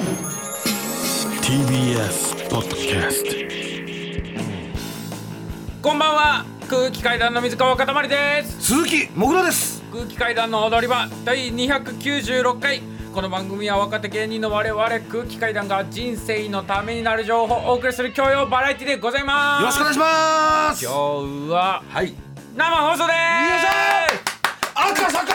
TBS ポッドキャスト。 こんばんは、空気階段の水川かたまりです。 鈴木もぐらです。 空気階段の踊り場第296回。この番組は若手芸人の我々空気階段が人生のためになる情報をお送りする教養バラエティでございます。 よろしくお願いします。 今日ははい生放送でーす。 赤坂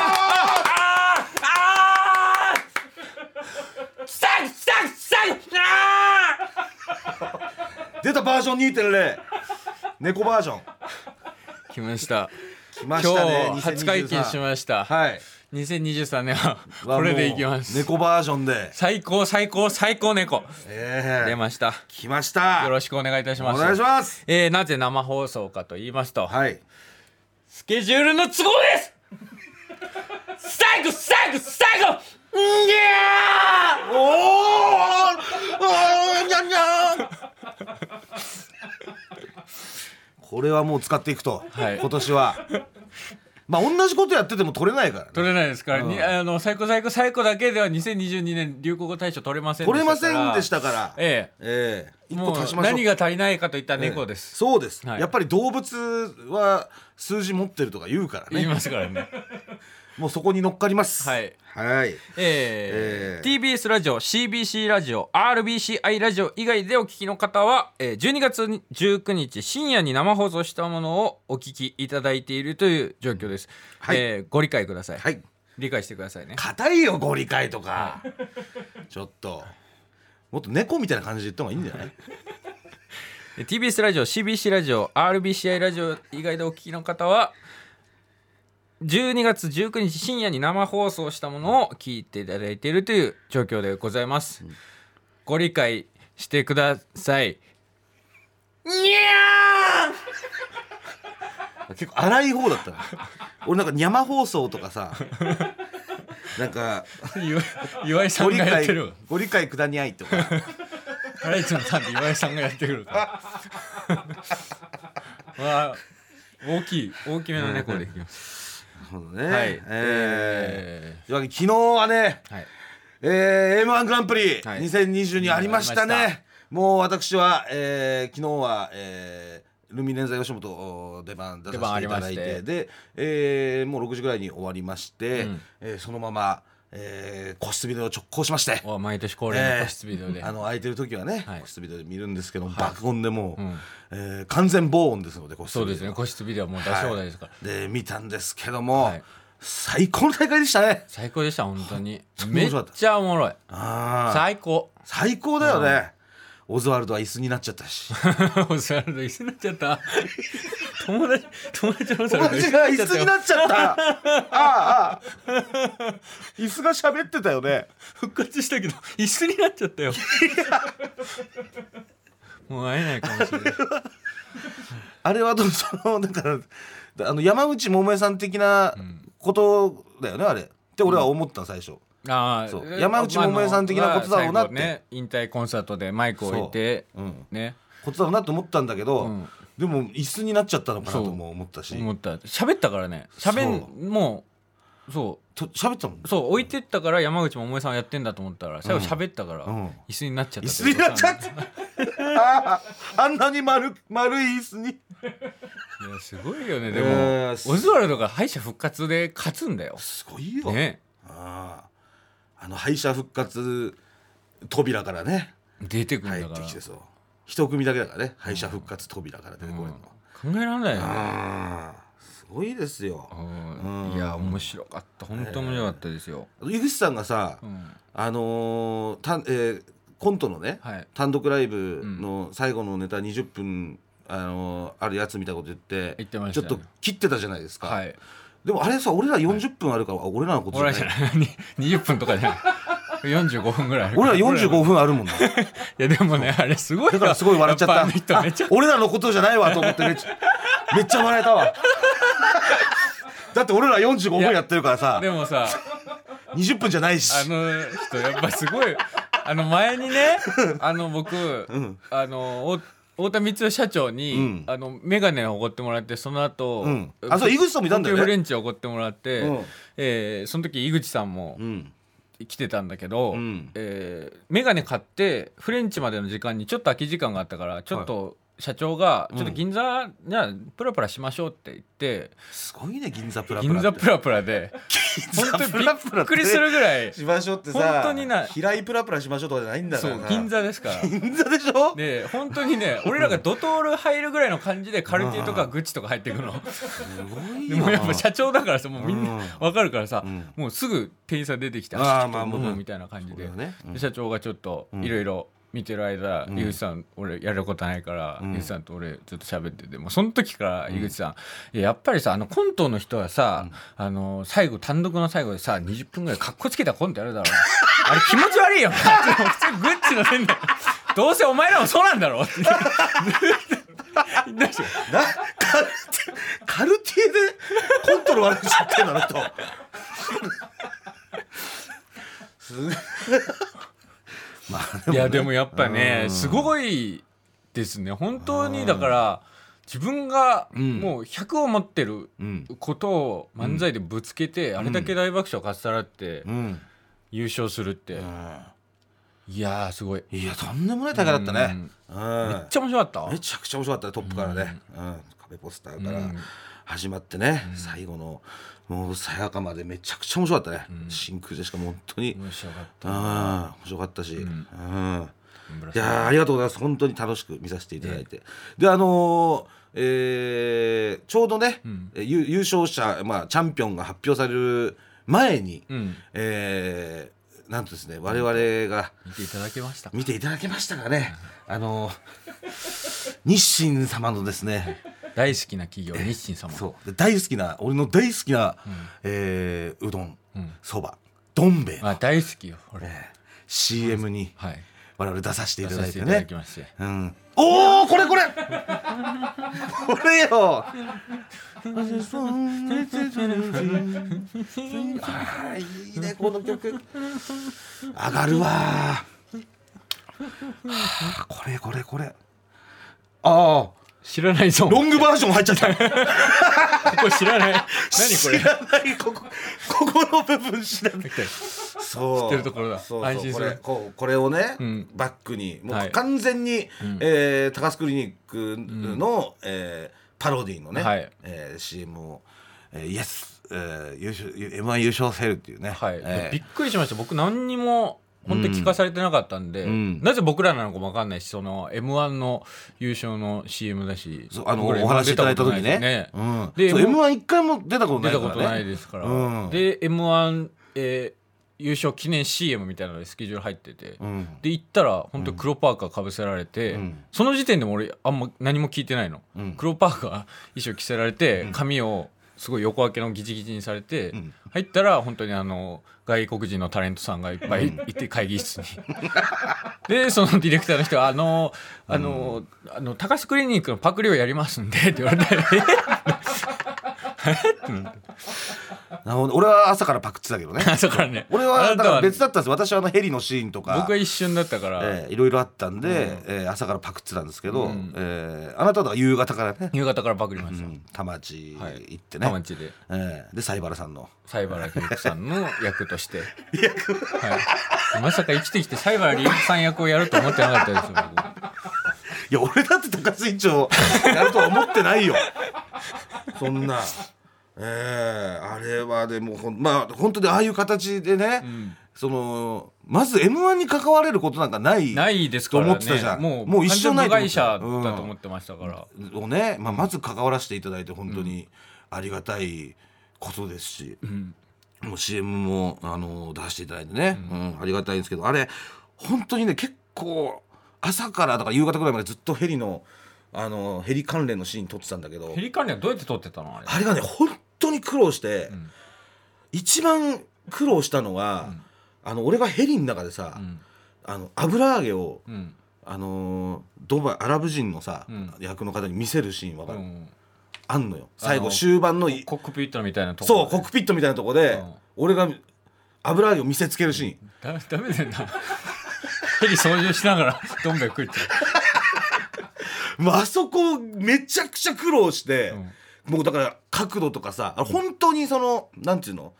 出たバージョン 2.0 猫バージョン来ました。 来ましたね。 今日初解禁しました。 はい、 2023年はこれでいきます。 猫バージョンで最高猫、出ました。 来ました。 よろしくお願いいたします。 お願いします。 なぜ生放送かと言いますと、 はい、 スケジュールの都合です最後にゃーにゃんにゃんこれはもう使っていくと、はい、今年はまあ同じことやってても取れないからね。 取れないですから、最高だけでは2022年流行語大賞取れませんでしたから。一個足しましょう。何が足りないかといったら猫です。 そうです、はい、やっぱり動物は数字持ってるとか言うからね。 言いますからねもうそこに乗っかります。 はい、 はい。 TBS ラジオ、CBC ラジオ、RBCI ラジオ以外でお聞きの方は、12月19日深夜に生放送したものをお聞きいただいているという状況です。はい、ご理解ください。はい、理解してくださいね。 硬いよご理解とか、はい、ちょっともっと猫みたいな感じで言った方がいいんじゃない？ TBS ラジオ、CBC ラジオ、RBCI ラジオ以外でお聞きの方は12月19日深夜に生放送したものを聞いていただいているという状況でございます。ご理解してください。にゃー結構荒い方だったな俺なんか生放送とかさなんか岩井さんがやってるご理解くだにゃいとかハライチのターンで岩井さんがやってくる大きめの猫できます。 なるほどね。はい。昨日はね、はい、M1 グランプリ2022ありましたね。もう私は、昨日は、ルミネンザ吉本出番出させていただいて、で、もう6時ぐらいに終わりまして、そのまま個室ビデオ直行しまして、 毎年恒例の個室ビデオで、 空いてる時はね、個室ビデオで見るんですけど、爆音でもう、完全防音ですので、 そうですね、個室ビデオはもう出し放題ですから、 で見たんですけども、最高の大会でしたね。 最高でした本当に。めっちゃおもろい。最高だよね。オズワルドは椅子になっちゃったしオズワルド椅子になっちゃった友達が椅子になっちゃった椅子が喋ってたよね。 復活したけど椅子になっちゃったよもう会えないかもしれないあれはだから山口百恵さん的なことだよね、あれって俺は思った最初。そう山内百恵さん的なことだろうなって、ね、 引退コンサートでマイクを置いて、 ことだろうなと思ったんだけど、でも椅子になっちゃったのかなとも思ったし、 喋ったからね。もうそう喋ったもん。 そう置いてったから山口百恵さんやってんだと思ったら最後喋ったから、椅子になっちゃった。 椅子になっちゃったあんなに丸い椅子にいやすごいよね。でも、オズワルドが敗者復活で勝つんだよ。 すごいよね。 敗者復活扉からね出てくるんだから、 入ってきて、そう一組だけだからね、敗者復活扉から出てこれるの、 考えられないよね。 すごいですよ。 いや面白かった、本当面白かったですよ。 井口さんがさ、コントのね、単独ライブの最後のネタ20分あるやつみたいなこと言ってました、 ちょっと切ってたじゃないですか。でもあれさ、俺ら40分あるから、俺らのことじゃない。 20分とかじゃない45分ぐらいある。 俺ら45分あるもんな。いやでもね、あれすごい。 だからすごい笑っちゃった。俺らのことじゃないわと思ってめっちゃ笑えたわ。だって俺ら45分やってるからさ。 でもさ、 20分じゃないし。 人やっぱすごい。前にね、僕、太田光代社長に、メガネをおごってもらって、その後、 そう井口さんもいたんだよね。 フレンチをおごってもらって、その時井口さんも来てたんだけど、 うんメガネ買ってフレンチまでの時間にちょっと空き時間があったからちょっと社長がちょっと銀座じゃあプラプラしましょうって言ってすごいね銀座プラプラって銀座プラプラで本当にびっくりするぐらいしましょうってさ本当にな平井プラプラしましょうとかじゃないんだからそう銀座ですから銀座でしょで本当にね俺らがドトール入るぐらいの感じでカルティエとかグッチとか入ってくるのすごいでよもやっぱ社長だからさもうみんな分かるからさ、 うんもうすぐ店員さん出てきてもうみたいな感じで、で社長がちょっといろいろ見てる間、井口さん俺やることないから、井口さんと俺ちょっと喋っててもうその時から井口さん、やっぱりさコントの人はさ、最後単独の最後でさ20分ぐらいかっこつけたコントやるだろうあれ気持ち悪いよ普通グッチのせんだどうせお前らもそうなんだろうってカルティエでコントの悪口言ってんだなとまあでもね、 いやでもやっぱねすごいですね本当に。だから自分がもう100を持ってることを漫才でぶつけて、あれだけ大爆笑かっさらって優勝するって、いやーすごい。 いやとんでもない大会だったね。 めっちゃ面白かった。 めちゃくちゃ面白かったねトップからね、壁ポスターから始まってね、最後のもうさやかまでめちゃくちゃ面白かったね、真空ジェシカも本当に面白かった。 面白かったし、いやありがとうございます。本当に楽しく見させていただいて、でちょうどね、優勝者、チャンピオンが発表される前に、なんとですね我々が見ていただけましたかね日清様のですね大好きな企業日清様、 そう大好きな俺の大好きな、うどんそばどん兵衛の大好きよ俺、 CM に我々出させていただいてね、 おおこれこれよいいねこの曲上がるわこれ知らないぞロングバージョン入っちゃったここ知らない何これ知らないここの部分知らないそう知ってるところだ安心するこれをね、バックにもう完全に、高須クリニックの、パロディのね、CM を、イエス、M1 優勝セールっていうね、 びっくりしました。僕何にも本当に聞かされてなかったんで、なぜ僕らなのかも分かんないし、その M1 の優勝の CM だし、 お話いただいた時ねで M1 一回も出たことないからね。 出たことないですから、で M1、優勝記念 CM みたいなのでスケジュール入ってて、で行ったら本当に黒パーカーかぶせられて、その時点でも俺あんま何も聞いてないの、黒パーカー衣装着せられて、髪をすごい横分けのギチギチにされて、入ったら本当に外国人のタレントさんがいっぱいいて会議室にでそのディレクターの人が高須クリニックのパクリをやりますんでって言われて俺は朝からパクってたけどね朝からね俺はだから別だったんです。私はヘリのシーンとか僕は一瞬だったから、 いろいろあったんで、朝からパクってたんですけど、あなたは夕方からね夕方からパクりました、 田町行ってね、 田町で、 で西原さんの西原理之さんの役としてまさか生きてきて西原理之さん役をやると思ってなかったですよいや俺だって高須院長やるとは思ってないよそんなあれはでも本当にああいう形でね、まず M1 に関われることなんかないですからね、 と思ってたじゃん。 もう一緒の会社だと思ってましたから、 をね、まず関わらせていただいて本当にありがたいことですし、もう CM も出していただいてね、ありがたいんですけど、あれ本当にね結構朝からだから夕方ぐらいまでずっとヘリのヘリ関連のシーン撮ってたんだけど、 ヘリ関連はどうやって撮ってたのあれがね本当に苦労して、一番苦労したのは、俺がヘリの中でさ、油揚げを、ドバイアラブ人のさ、役の方に見せるシーンわかる、あんのよ最後終盤のコックピットみたいなとこそうコックピットみたいなとこで、俺が油揚げを見せつけるシーンダメだよなヘリ操縦しながらどん兵衛食ってあそこめちゃくちゃ苦労して、もうだから角度とかさ、本当になんていうの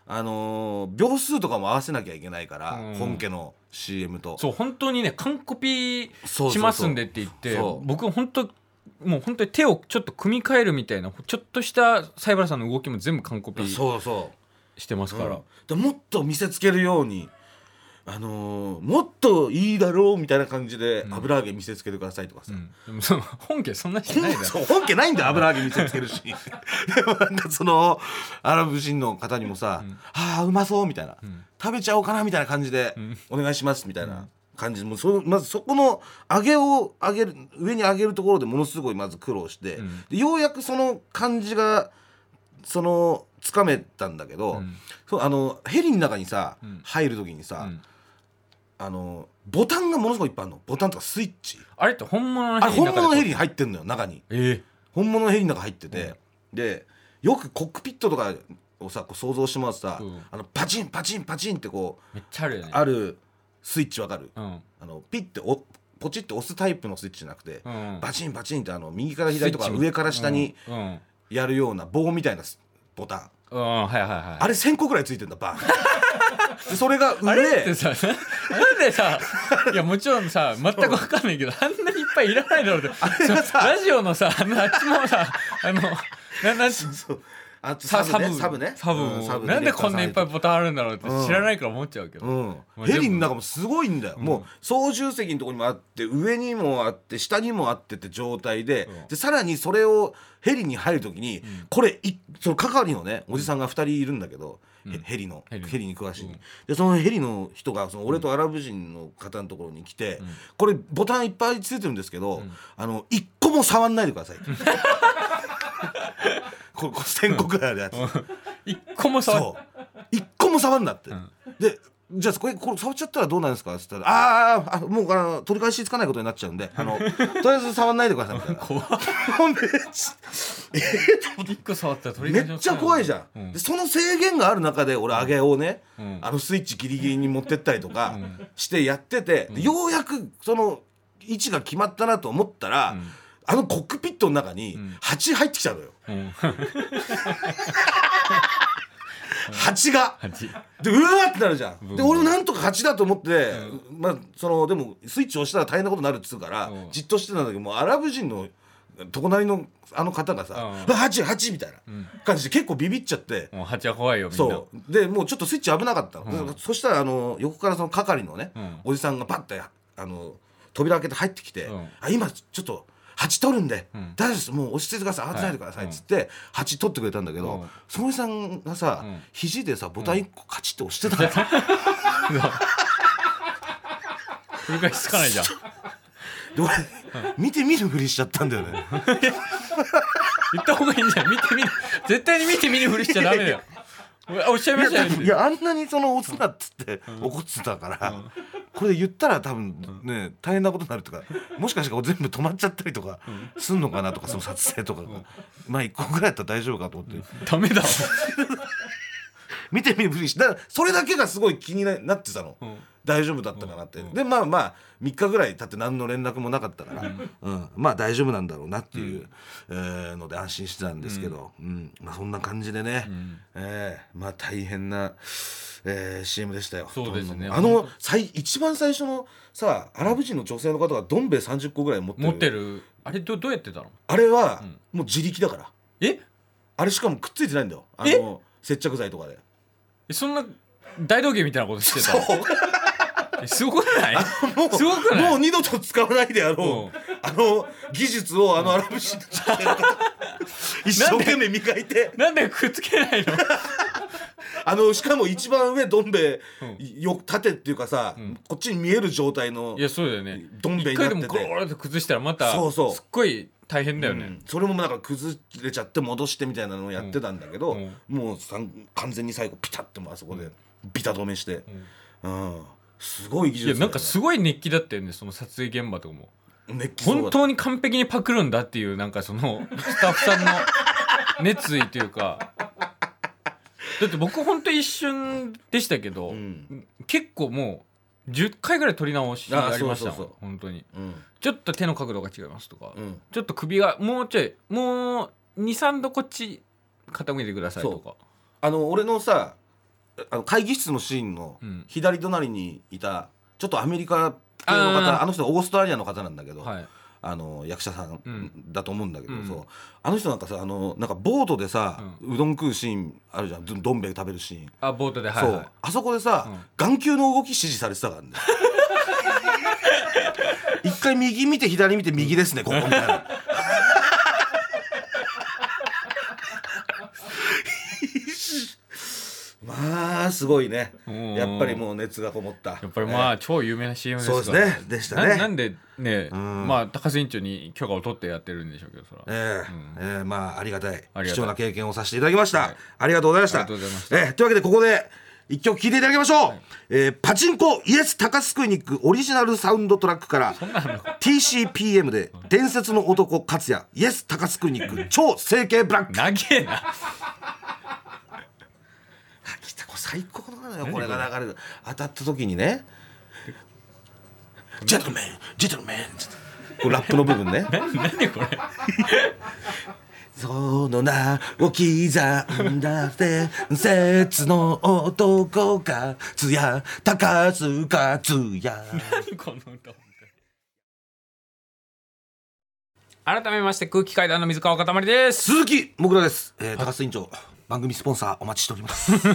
秒数とかも合わせなきゃいけないから、本家の CM と。 そう本当にね完コピしますんでって言って僕本当もう本当に手をちょっと組み替えるみたいなちょっとした西原さんの動きも全部完コピしてますから、 でもっと見せつけるようにもっといいだろうみたいな感じで油揚げ見せつけてくださいとかさ、 でもその本家そんなしないだろ。 本家ないんだよ油揚げ見せつけるしでもなんかそのアラブ人の方にもさ、ああうまそうみたいな、食べちゃおうかなみたいな感じで、お願いしますみたいな感じで、もうまずそこの上に上げるところでものすごいまず苦労して、でようやくその感じがつかめたんだけど、ヘリの中にさ、入る時にさ、ボタンがものすごいいっぱいあるの。ボタンとかスイッチ、 あれって本物のヘリの中で、本物のヘリに入ってんのよ中に、本物のヘリの中入ってて、でよくコックピットとかをさこう想像してもらうとさ、パチンパチンパチンってこうめっちゃあるよね。 あるスイッチわかる、ピッてポチって押すタイプのスイッチじゃなくて、バチンバチンって右から左とか上から下にやるような棒みたいなボタン、あれ1000個ぐらいついてんだバンでそれが上あれってさなんでさいやもちろんさ全く分かんないけどあんなにいっぱいいらないだろうってラジオのさあっちもさなんそうサブね、 なんでこんないっぱいボタンあるんだろうって知らないから思っちゃうけど、 ヘリの中もすごいんだよ、もう操縦席のところにもあって上にもあって下にもあってって状態で、さらにそれをヘリに入るときに、これその係のねおじさんが2人いるんだけど、ヘリに詳しい、でそのヘリの人が俺とアラブ人の方のところに来て、これボタンいっぱいついてるんですけど、1個も触んないでくださいこれ1000個くらいあるやつ一個も触んなって、でじゃあこれ触っちゃったらどうなんですかって言ったらもう取り返しつかないことになっちゃうんでとりあえず触んないでくださいみたいな怖っ 1個触ったら取り返しめっちゃ怖いじゃん、でその制限がある中で俺揚げをね、スイッチギリギリに持ってったりとかしてやってて、ようやくその位置が決まったなと思ったら、コックピットの中に蜂入ってきちゃうのよ、蜂がでうわーってなるじゃん、で俺もなんとか蜂だと思って、でもスイッチ押したら大変なことになるっつうからじっとしてたんだけど、もうアラブ人の隣の方がさ蜂みたいな感じで結構ビビっちゃって、 もう蜂は怖いよみんな。 そうでもうちょっとスイッチ危なかったの、そしたら横からその係のね、おじさんがパッて扉開けて入ってきて、今ちょっと蜂取るんで、大丈夫です、もう落ち着いてください、慌てないでくださいっつって、蜂取ってくれたんだけど、そのおじさんがさ、肘でさボタン1個カチッて押してたの、 繰り返しつかないじゃん。 で俺、見て見ぬふりしちゃったんだよね言った方がいいんじゃん、絶対に見て見ぬふりしちゃダメだよおっしゃいましたよ。 いやあんなに押すなっつって怒ってたから、これで言ったら多分ね大変なことになるとか、もしかしたら全部止まっちゃったりとかすんのかなとか、その撮影とかがまあ1個ぐらいだったら大丈夫かと思って、 ダメだ見て見ぬふりして、だからそれだけがすごい気になってたの、大丈夫だったかなって、でまあ3日ぐらい経って何の連絡もなかったから、まあ大丈夫なんだろうなっていう、ので安心してたんですけど、まあそんな感じでね、まあ大変な、CM でしたよ。 そうですね。 一番最初のさ、アラブ人の女性の方がどん兵衛30個ぐらい持ってるあれどうやってたの？ あれは、もう自力だから。あれしかもくっついてないんだよ、接着剤とかで。 そんな大道芸みたいなことしてたの？すごくない？ すごくない？もう二度と使わないであろう技術をアラブ人の女性の方一生懸命磨いて、 なんでくっつけないの？しかも一番上どん兵衛縦っていうかさ、こっちに見える状態のそうだよね、 どん兵衛になってて、一回でもゴーッと崩したらまたすっごい大変だよね、 それもなんか崩れちゃって戻してみたいなのをやってたんだけど、もう完全に最後ピタッてもあそこでビタ止めして、すごい技術だよね。 なんかすごい熱気だったよね、その撮影現場とかも。本当に完璧にパクるんだっていう、なんかそのスタッフさんの熱意というかだって僕本当一瞬でしたけど、結構もう10回ぐらい撮り直しありましたもん。本当に、ちょっと手の角度が違いますとか、ちょっと首がもう 2,3 度こっち傾けてくださいとか。 俺のさ会議室のシーンのうん左隣にいたちょっとアメリカ系の方、あの人はオーストラリアの方なんだけど、 はい、 役者さんうんだと思うんだけど、 うんそうあの人なんかさなんかボートでさ、うどん食うシーンあるじゃん、どん兵衛食べるシーン、 あボートで、はいそう、 はい、 あそこでさ、眼球の動き指示されてたからね一回右見て左見て右ですねここみたいなまあすごいね、やっぱりもう熱がこもった、 やっぱりまあ、超有名な CM ですから。 そうですね、でしたね。 なんでね、 んまあ高須委員長に許可を取ってやってるんでしょうけど、そらまあありがたいありがたい貴重な経験をさせていただきました、 はいありがとうございました。 ありがとうございましたというわけでここで一曲聴いていただきましょう、パチンコイエス高須クリニックオリジナルサウンドトラックから TCPM で伝説の男勝也イエス高須クリニック超整形ブラック長えな来た、これ最高なのよ、これが流れる当たった時にねジェントルメンジェントルメンこれラップの部分ね何これその名を刻んだ伝説の男がつや高須克也何この歌。改めまして空気階段の水川かたまりです。 鈴木もぐらです、高須委員長番組スポンサーお待ちしております高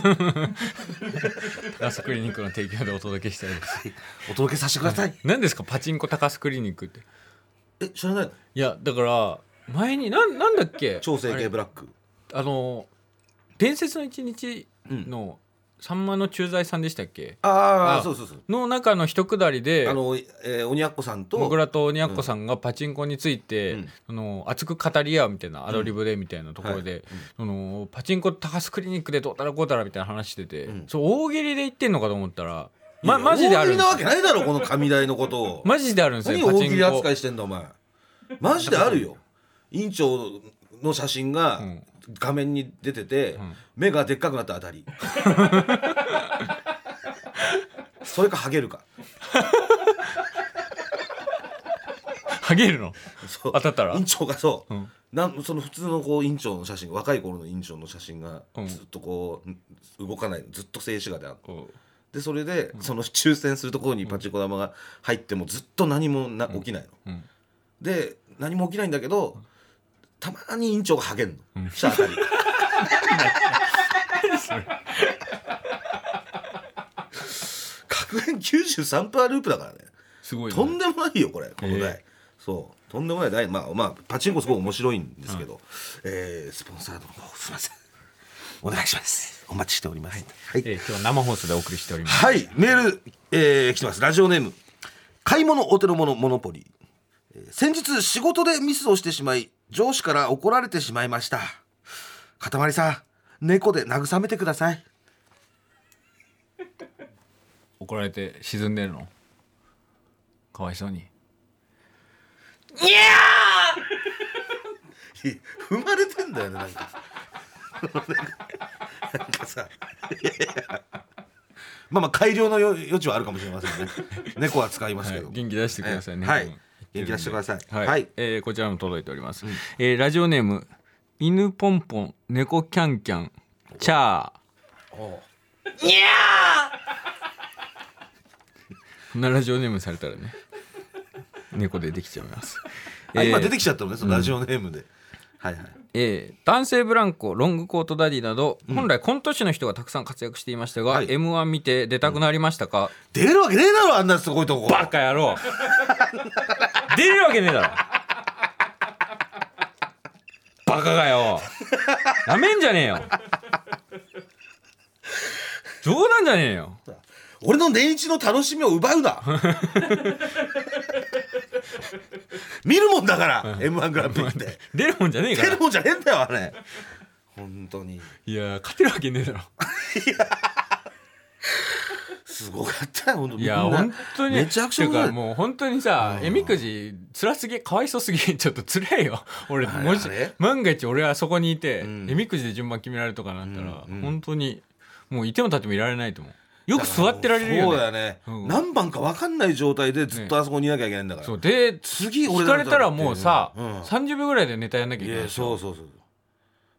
須クリニックの提供でお届けしております。 お届けさせてください、 何ですかパチンコ高須クリニックって。 知らないの？ いやだから前になんだっけ、 超整形ブラック伝説の一日のさんまの駐在さんでしたっけ、 そうそうそうの中の一くだりで鬼奴さんともぐらと鬼奴さんがパチンコについて、熱く語り合うみたいなアドリブでみたいなところで、パチンコ高須クリニックでどうたらこうたらみたいな話してて、そう大喜利で言ってんのかと思ったらマジであるんですよ。 大喜利なわけないだろこの神台のことをマジであるんですよ。 何大喜利扱いしてんだお前マジであるよ委員長の写真が画面に出てて、目がでっかくなったあたりそれかハゲるかハゲるのそう当たったら委員長がそう、その普通のこう委員長の写真若い頃の委員長の写真がずっとこう動かないずっと静止画であって、でそれでその抽選するところにパチンコ玉が入ってもずっと何も起きないの、で何も起きないんだけどたまに委員長がハゲんの、シャー当たり確変93%ループだからねすごいね。 とんでもないよこれこの台、そうとんでもない台、まあパチンコすごい面白いんですけど、スポンサーの方すいませんお願いしますお待ちしております、 今日は生放送でお送りしております。 はいメール、来てます。ラジオネーム買い物お手の物モノポリ、先日仕事でミスをしてしまい上司から怒られてしまいました。かたまりさん猫で慰めてください。 怒られて沈んでるのかわいそうに。 踏まれてんだよねなんかなんかさまあ改良の余地はあるかもしれませんね猫は使いますけど、 元気出してくださいね。 はい元気出してください。 はい、こちらも届いております。ラジオネーム犬ポンポン猫キャンキャンチャー。にゃー。こんなラジオネームされたらね、猫でできちゃいます。 今出てきちゃったのね、そのラジオネームで。はいはい。 男性ブランコロングコートダディなど、本来コント師の人がたくさん活躍していましたが、M1 見て出たくなりましたか？ 出るわけねえだろあんなすごいとこ。 バカ野郎出るわけねえだろバカがよなめんじゃねえよ冗談じゃねえよ。 俺の年一の楽しみを奪うな見るもんだから、M1 グランプリって出るもんじゃねえから。 出るもんじゃねえんだよあれ本当に。 いや勝てるわけねえだろすごかったよ本当に。 いや本当にめちゃくちゃ面白い。 てかもう本当にさ、えみくじ辛すぎかわいそうすぎちょっと辛いよ俺。もし万が一俺はそこにいて、えみくじで順番決められるとかなったら、本当にもういても立ってもいられないと思う。よく座ってられるよね。 そうだよね、何番か分かんない状態でずっとあそこにいなきゃいけないんだから、 そうで次俺聞かれたらもうさ、30秒ぐらいでネタやんなきゃいけない。 そうそうそう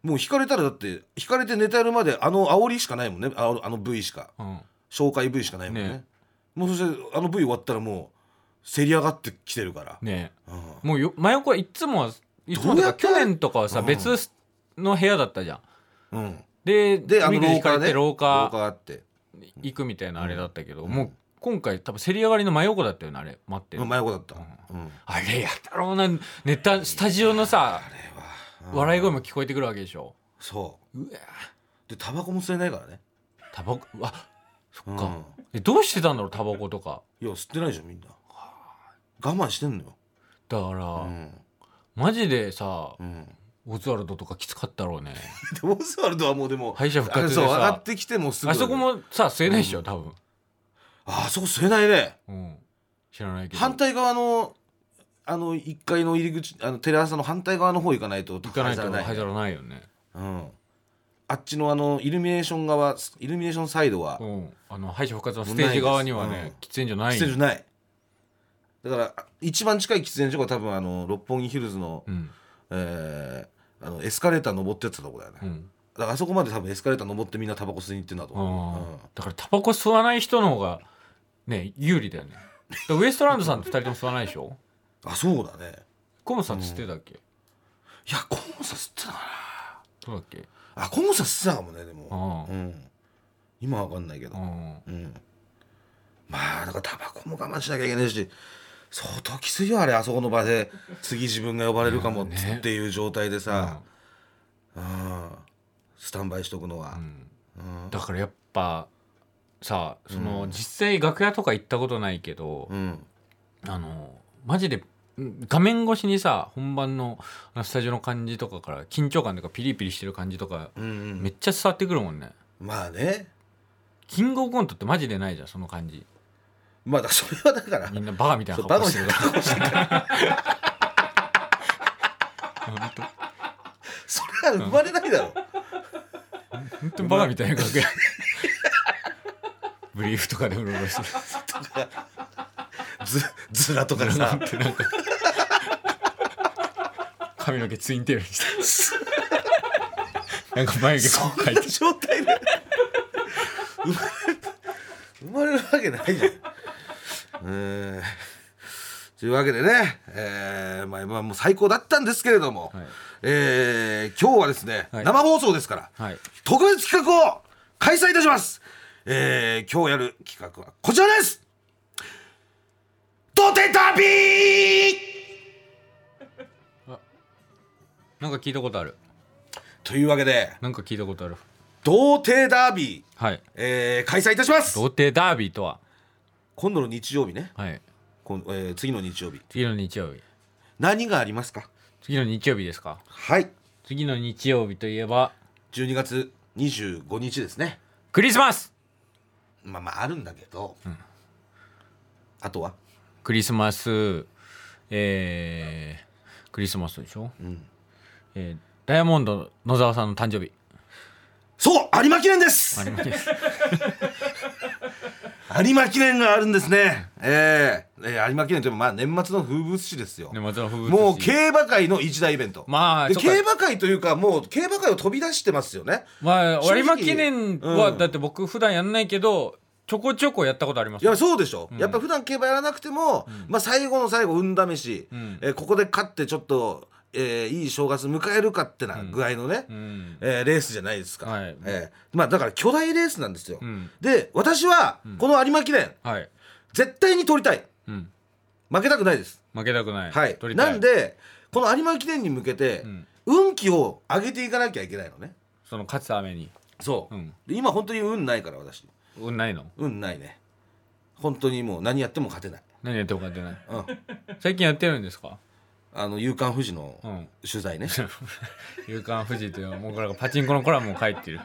もう引かれたらだって引かれてネタやるまで煽りしかないもんね。あの V しか、紹介 V しかないもんね。もうそしてV 終わったらもうせり上がってきてるからね。 もう真横はいつもとか去年とかはさ、別の部屋だったじゃん。で引かれて廊下あって行くみたいなあれだったけど、もう今回多分せり上がりの真横だったよね。あれ待ってる真横だった、 あれやだろうな。ネタスタジオのさ笑い声も聞こえてくるわけでしょ。 そうでタバコも吸えないからね。 タバコそっか、どうしてたんだろうタバコとか。 いや吸ってないじゃんみんな。我慢してんのよ。 だから、マジでさ、オズワルドとかきつかったろうね。 オズワルドはもうでも敗者復活でさ上がってきてもすぐあそこもさ吸えないでしょ、多分。 あそこ吸えないね。 知らないけど反対側の1階の入り口テレ朝の反対側の方行かないと灰皿ないよね。 あっちのイルミネーションサイドは、 敗者復活のステージ側にはね、喫煙所ない。 喫煙所ない。だから一番近い喫煙所が多分六本木ヒルズの、エスカレーター登ってったとこだよね。だからあそこまで多分エスカレーター登ってみんなタバコ吸いに行ってんだと思う。 だからタバコ吸わない人の方がね有利だよね。ウエストランドさんって2人とも吸わないでしょ。 あ、そうだね。 コムさん吸ってたっけ。 いやコムサ吸ってたかな。 どうだっけ。 コムサ吸ってたかもね。でも今は分かんないけど、まあだからタバコも我慢しなきゃいけないし、相当きついよあれ。あそこの場で次自分が呼ばれるかもっていう状態でさ、スタンバイしとくのは、 だからやっぱさ、その実際楽屋とか行ったことないけど、マジで画面越しにさ本番のスタジオの感じとかから緊張感とかピリピリしてる感じとか、めっちゃ伝わってくるもんね。 まあね、 キングオブコントってマジでないじゃんその感じ。 まあそれはだからみんなバカみたいな格好してるからそれは生まれないだろ。 本当にバカみたいな格好ブリーフとかでうろうろしてずらとかさなんか髪の毛ツインテールにしてなんか眉毛こう描いてそんな状態で生まれるわけないじゃん。というわけでね、まあもう最高だったんですけれども、今日はですね、生放送ですから、特別企画を開催いたします。今日やる企画はこちらです。土手旅。 なんか聞いたことある。 というわけでなんか聞いたことある。 童貞ダービー、 開催いたします。 童貞ダービーとは今度の日曜日ね、次の日曜日何がありますか。 次の日曜日ですか。 はい、 次の日曜日といえば 12月25日ですね。 クリスマス。 まああるんだけど、あとはクリスマス、クリスマスでしょ、ダイヤモンド野沢さんの誕生日。 そう有馬記念です。有馬記念があるんですね。有馬記念というと年末の風物詩ですよ。もう競馬界の一大イベント。で競馬界というかもう競馬界を飛び出してますよね。 有馬記念はだって僕普段やんないけどちょこちょこやったことあります。 いやそうでしょ、やっぱ普段競馬やらなくても、最後の最後運試し、ここで勝ってちょっといい正月迎えるかってな具合のね、レースじゃないですか。だから巨大レースなんですよ。で私はこの有馬記念、絶対に取りたい、負けたくないです。 負けたくない、 取りたい。なんでこの有馬記念に向けて、運気を上げていかなきゃいけないのね。 その勝つために。 そう、で今本当に運ないから私。 運ないの？ 運ないね。本当にもう何やっても勝てない。 何やっても勝てない。最近やってるんですか？ 夕刊フジの取材ね。 夕刊フジというもうこれパチンコのコラムを書いてる。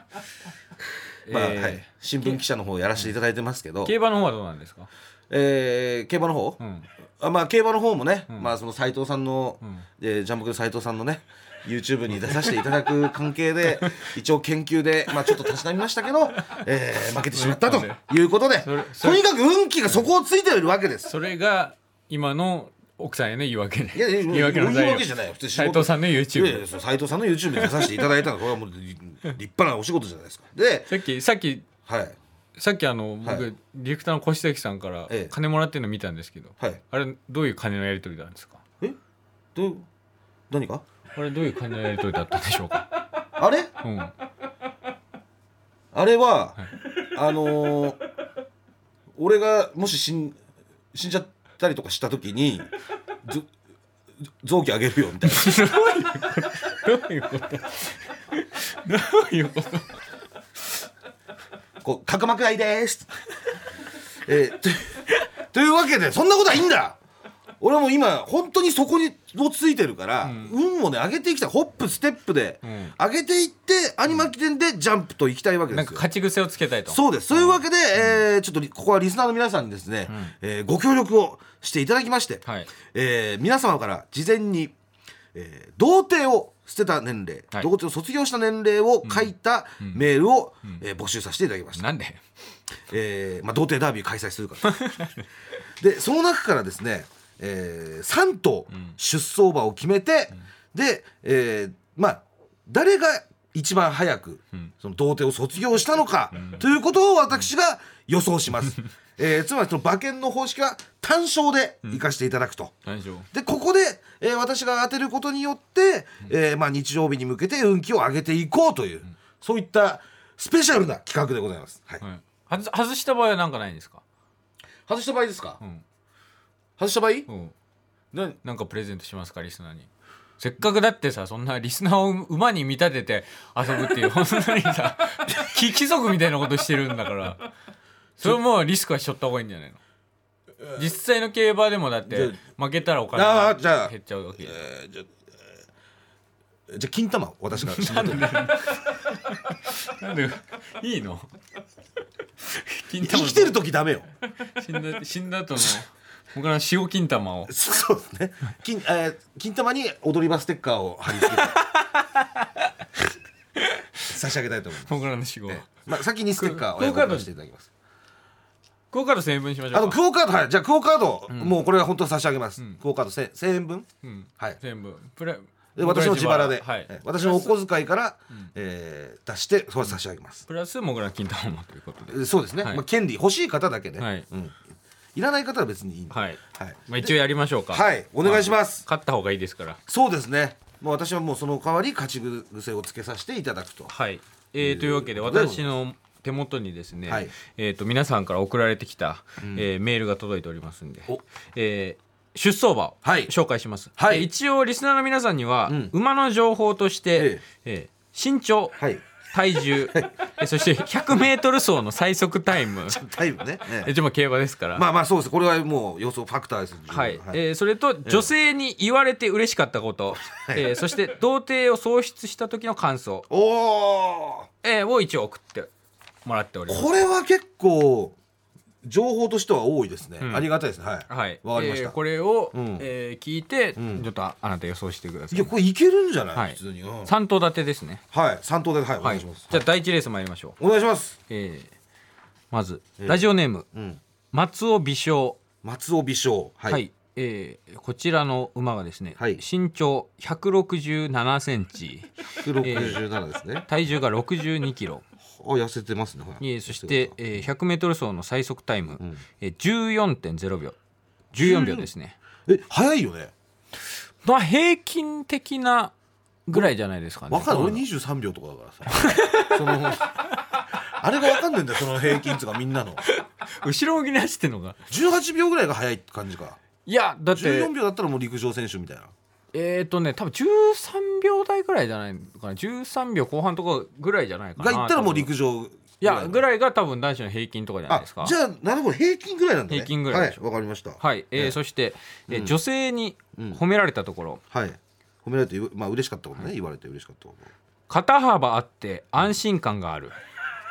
新聞記者の方やらせていただいてますけど。 競馬の方はどうなんですか？ 競馬の方？競馬の方もね、その斉藤さんのジャンボクの斉藤さんのね。YouTube に出させていただく関係で一応研究でちょっとたしなみましたけど、負けてしまったということで、とにかく運気が底をついているわけです。 それが今の奥さんへの言い訳で。 いや言い訳の材料。 言い訳じゃないよ。普通斉藤さんの YouTube。 いやいや斉藤さんの YouTube に出させていただいたのはこれはもう立派なお仕事じゃないですか。で、 さっきはい。 僕、 はいディレクターの越崎さんから金もらってるの見たんですけど、 はい。 あれどういう金のやり取りなんですか？ 何か？ あれどういう金のやり取りだったんでしょうか？ あれ？ うん。 あれは、俺がもし死んじゃったりとかした時に臓器あげるよみたいな。 どういうこと？どういうこと？ こう角膜癌ですというわけでそんなことはいいんだ。俺も今本当にそこについてるから、運をね上げていきたい。ホップステップで上げていって、有馬記念でジャンプと行きたいわけですよ。 なんか勝ち癖をつけたいと。 そうです。そういうわけで、ちょっとここはリスナーの皆さんにですね、ご協力をしていただきまして、 はい、 皆様から事前に、童貞を捨てた年齢、童貞を卒業した年齢を書いたメールを、募集させていただきました。 なんで？ 童貞ダービー開催するからでその中からですね、3頭出走馬を決めて、で、誰が一番早くその童貞を卒業したのか、ということを私が予想します。つまりその馬券の方式は単勝で行かせていただくと、でここで、私が当てることによって、日曜日に向けて運気を上げていこうという、そういったスペシャルな企画でございます。はい、 外した場合は何かないんですか？ 外した場合ですか？外した場合、 なんかプレゼントしますかリスナーに。せっかくだってさ、そんなリスナーを馬に見立てて遊ぶっていう本当にさ貴族みたいなことしてるんだから、それもリスクはしょった方がいいんじゃないの？実際の競馬でもだって負けたらお金が減っちゃうわけ。 じゃあ金玉私がなんでいいの？ 生きてる時ダメよ。 死んだ後の僕の塩金玉をそうですね。金玉に踊り場ステッカーを貼り付けて差し上げたいと思います。 僕らの死後、 先にステッカーをお渡ししていただきます。 クオカード1000円分しましょうか。 クオカード、はい、じゃあクオカード、もうこれは本当に差し上げます。クオカード1000円分、はい、1000円分私の自腹で、私のお小遣いから、出してそれ差し上げます。 プラス僕ら金玉もということで。 そうですね、権利欲しい方だけね、いらない方は別にいいんで、 一応やりましょうか。 はい、お願いします。 勝った方がいいですから。 そうですね。もう私はもうその代わり勝ち癖をつけさせていただくと。 はい。というわけで私の手元にですね、皆さんから送られてきた、メールが届いておりますんで、出走馬を紹介します。一応リスナーの皆さんには、馬の情報として、身長、体重そして 100m 走の最速タイムタイムね、 競馬ですから、 そうです。これはもう予想ファクターです。 それと女性に言われて嬉しかったこと、そして童貞を喪失した時の感想を一応送ってもらっております。 これは結構情報としては多いですね。ありがたいですね。はい、わかりました。 これを、聞いて、ちょっとあなた予想してください。 いや、これいけるんじゃない？普通に 3頭立てですね。 はい、3頭立て、はい、お願いします。 じゃあ第1レース参りましょう。お願いします。 まずラジオネーム、松尾美少。 松尾美少、 はい、こちらの馬がですね、身長167センチ、 167ですね。 体重が62キロ。 痩せてますね。 そして、100m 走の最速タイム、14.0 秒14秒ですね。 早いよね。 平均的なぐらいじゃないですかね。 分かる。俺23秒とかだからさあれが分かんないんだよ、その平均っていうかみんなの後ろ向きに走ってんのが 18秒ぐらいが早いって感じか。 いやだって 14秒だったらもう陸上選手みたいな。 多分13秒台ぐらいじゃないかな。13秒後半とかぐらいじゃないかながいったらもう陸上ぐらいが多分男子の平均とかじゃないですか。 じゃあなるほど、平均ぐらいなんだね。 平均ぐらいでしょ。 わかりました。 はい、そして、女性に褒められたところ、 褒められて嬉しかったことね。言われて嬉しかったこと。 肩幅あって安心感がある。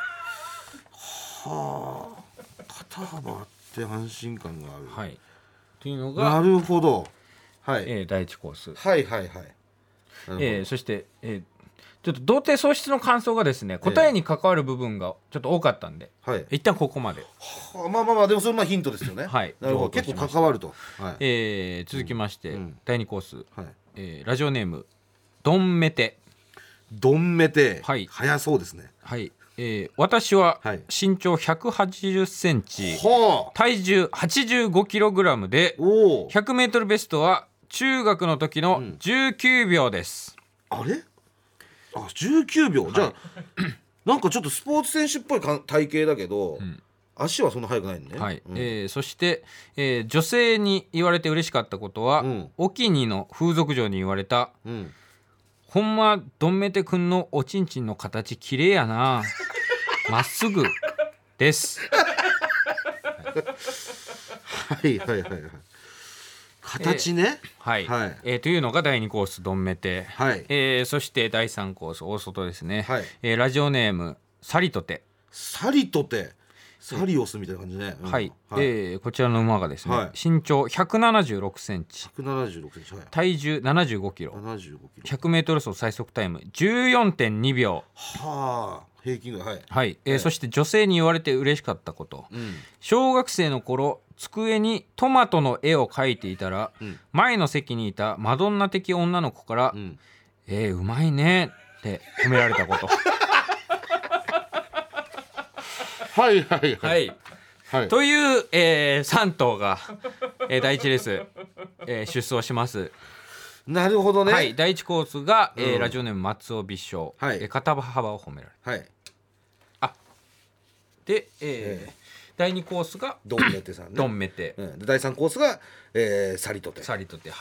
肩幅あって安心感がある。 というのがなるほど。 第1コース。 そして、 ちょっと童貞喪失の感想がですね、答えに関わる部分がちょっと多かったんで、一旦ここまで。 まあでもそれヒントですよね。 はい、 なるほど、結構関わると。 続きまして、第2コース、ラジオネームドンメテ。 ドンメテ、 早そうですね。 はい、私は身長180センチ、体重85キログラムで、100メートルベストは中学の時の19秒です。 あれ？19秒、じゃあなんかちょっとスポーツ選手っぽい体型だけど、足はそんな速くないのね。そして、女性に言われて嬉しかったことは、お気にの風俗嬢に言われた、ほんまドンメテくんのおちんちんの形綺麗やなまっすぐですはい形ね。 というのが第2コースドンメテ、そして第3コース大外ですね。ラジオネームサリトテ。 サリトテ、サリオスみたいな感じね。 こちらの馬がですね、身長176センチ、体重75キロ、100メートル走最速タイム 14.2 秒。 平均が。 そして女性に言われて嬉しかったこと、小学生の頃机にトマトの絵を描いていたら、前の席にいたマドンナ的女の子から、うまいねって褒められたことという、3頭が、第1レース、出走します。 なるほどね。 第1コースが、ラジオネーム松尾美少、肩幅を褒められる。で、第2コースがドンメテさんね。 ドンメテ。 第3コースが、サリトテ。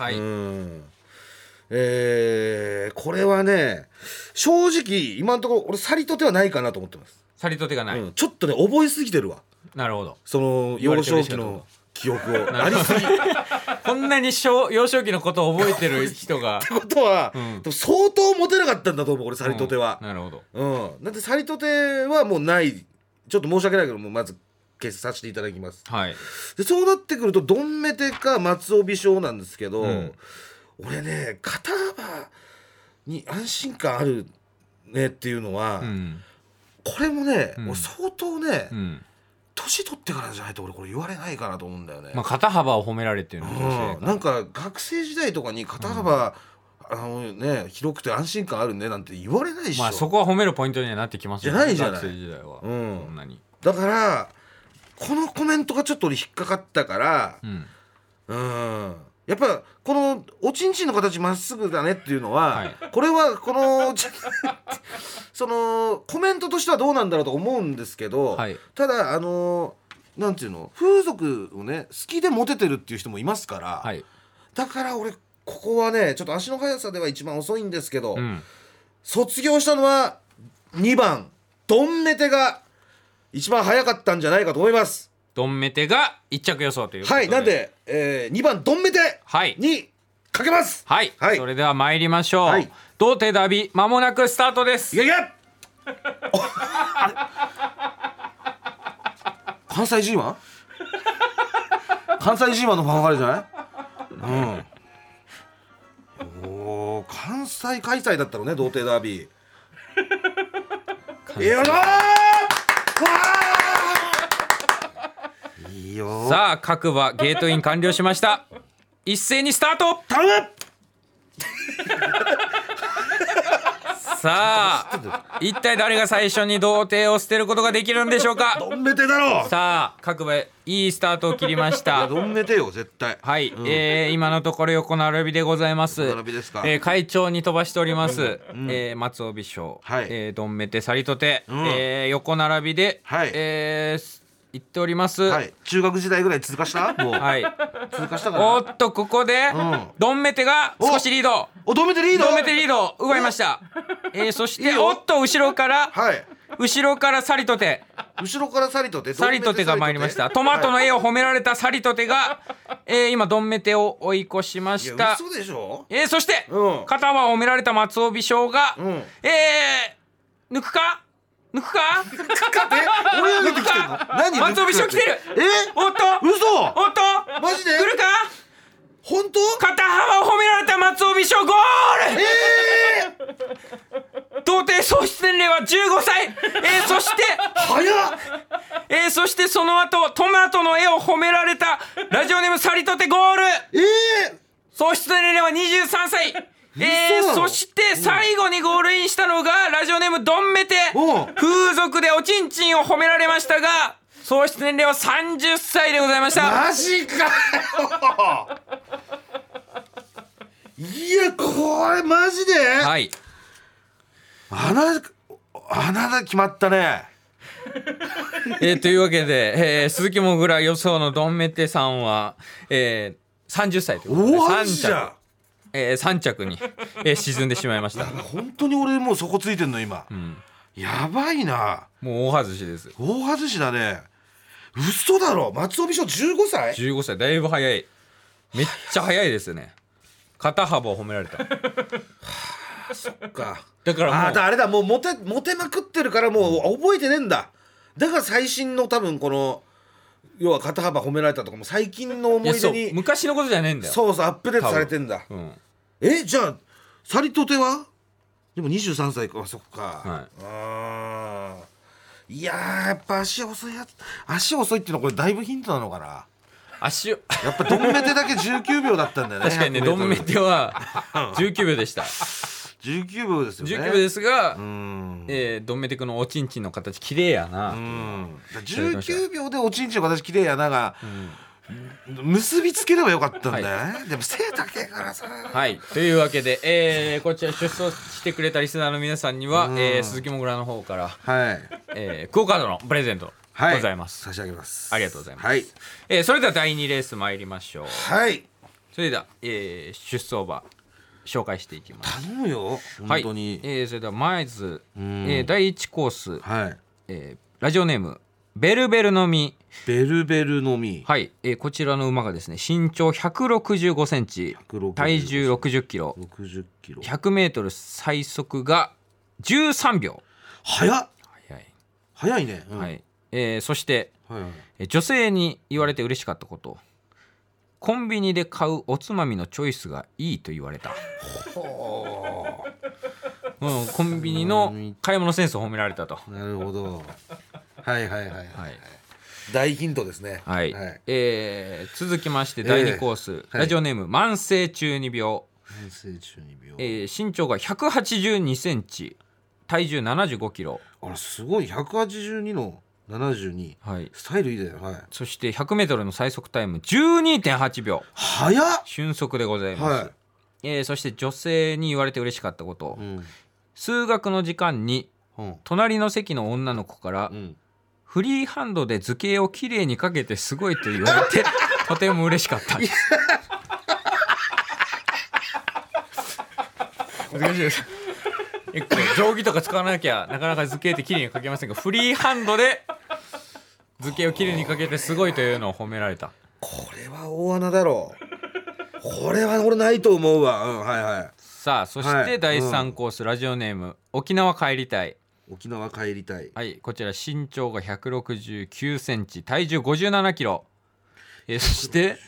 これはね、正直今のところ俺サリトテはないかなと思ってます。 サリトテがない、 ちょっとね覚えすぎてるわ。 なるほど。 その幼少期の記憶をありすぎこんなに幼少期のことを覚えてる人がってことは、相当モテなかったんだと思う俺サリトテは。 なるほど。 だってサリトテはもうない。ちょっと申し訳ないけどもまず消させていただきます。でそうなってくるとドンメテか松尾美少なんですけど、俺ね肩幅に安心感あるねっていうのは、これもね、俺相当ね、年取ってからじゃないと俺これ言われないかなと思うんだよね。 肩幅を褒められてるの、 なんか学生時代とかに肩幅、広くて安心感あるねなんて言われないし、 そこは褒めるポイントにはなってきますよね。 じゃない学生時代は、 だからこのコメントがちょっと俺引っかかったから、やっぱこのおちんちんの形まっすぐだねっていうのは、これはこのそのコメントとしてはどうなんだろうと思うんですけど、ただなんていうの、風俗をね好きでモテてるっていう人もいますから、だから俺ここはねちょっと足の速さでは一番遅いんですけど、卒業したのは2番ドンメテが一番早かったんじゃないかと思います。 ドンメテが1着予想ということで、 なんで、2番ドンメテにかけます。 それでは参りましょう。童貞ダービー間もなくスタートです。 関西 G1 関西 G1 のファンファーレじゃない？関西開催だったのね童貞ダービー。よろー。いいよ。 さあ各馬ゲートイン完了しました。一斉にスタート。 頼む。 さあ一体誰が最初に童貞を捨てることができるんでしょうか。 ドンメテだろ。 さあ各馬いいスタートを切りました。 ドンメテよ絶対。 今のところ横並びでございます。 横並びですか。 会長に飛ばしております、松尾美少、ドンメテサリトテ、横並びで、言っております。 中学時代ぐらい通過したもう、通過したから。 おっとここで、ドンメテが少しリード。 ドンメテリード奪いました。そしておっと後ろから、サリトテ。サリトテが参りました。トマトの絵を褒められたサリトテが、今ドンメテを追い越しました。 嘘でしょ。 そして、肩は褒められた松尾美少が、抜くか追い上げてきてんの？何？ 松尾美少来てる。おっと嘘。 おっとマジで来るか。 本当？ 肩幅を褒められた松尾美少ゴール。童喪失年齢は15歳。そして早っ。 そしてその後トマトの絵を褒められたラジオネームサリトテゴール。喪失年齢は23歳。そして最後にゴールインしたのがラジオネームドンメテ。風俗でおちんちんを褒められましたが喪失年齢は30歳でございました。 マジかよ。いやこれマジで、 はい、 穴決まったね。 というわけで、鈴木もぐら予想のドンメテさんは、30歳ということで3着に、沈んでしまいました。 本当に俺もうそこついてんの今、やばいな。 もう大外しです。 大外しだね。嘘だろ。松尾美少15歳 15歳だいぶ早い。めっちゃ早いですね。肩幅を褒められた。 そっか。 だからもうあれだ、もうモテまくってるからもう覚えてねえんだ。だから最新の多分この要は肩幅褒められたとかも最近の思い出に昔のことじゃねえんだよ。 そうアップデートされてんだ。じゃあサリトテはでも23歳か。そっか、いややっぱ足遅いっていうのはこれだいぶヒントなのかな。やっぱドンメテだけ19秒だったんだよね。 確かにね、ドンメテは19秒でした。 19秒ですよね。 19秒ですが、ドンメテ君のおちんちんの形綺麗やな。 19秒でおちんちんの形綺麗やなが、結びつければよかったんだよね。でも背高いからさ。 はい、というわけで、こちら出走してくれたリスナーの皆さんには、鈴木もぐらの方から、クオカードのプレゼントございます。 差し上げます。 ありがとうございます。それでは第2レース参りましょう。 はい。 それでは、出走馬紹介していきます。 頼むよ本当に。 それではまず、第1コース、ラジオネームベルベルの実。はい、こちらの馬がですね身長165センチ、体重60キロ、100メートル最速が13秒。 早いね。 そして、女性に言われて嬉しかったこと、コンビニで買うおつまみのチョイスがいいと言われた。コンビニの買い物センスを褒められたと。 なるほど。はい大ヒントですね。 続きまして第2コース、ラジオネーム慢性中二病。身長が182センチ、体重75キロ。 すごい。182の72、スタイルいいだよ。 そして 100m の最速タイム 12.8 秒。 早っ。 俊足でございます。そして女性に言われて嬉しかったこと、数学の時間に隣の席の女の子から、フリーハンドで図形をきれいに描けてすごいと言われてとても嬉しかったです。難しいです。定規とか使わなきゃなかなか図形ってきれいに描けませんが、フリーハンドで図形をきれいに描けてすごいというのを褒められた。 これは大穴だろう。これは俺ないと思うわ。 さあそして第3コース、ラジオネーム沖縄帰りたい。こちら身長が169センチ、体重57キロ。そして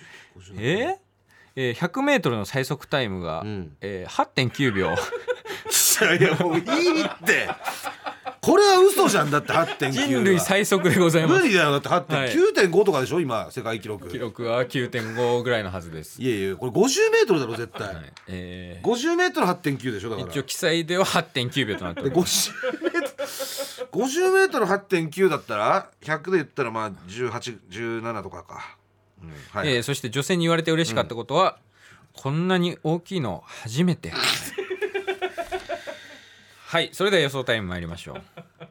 100メートルの最速タイムが、8.9 秒。 いやもういいって。これは嘘じゃん。だって 8.9 人類最速でございます。 無理だよ。だって 9.5 とかでしょ今世界記録は 9.5 ぐらいのはずです。 いやこれ50メートルだろ絶対。50メートル 8.9 でしょ。だから一応記載では 8.9 秒となっております。 50メートル 8.9 だったら100で言ったらまあ18、17とかか。 そして女性に言われて嬉しかったことは、こんなに大きいの初めて。はい、それでは予想タイム参りましょう。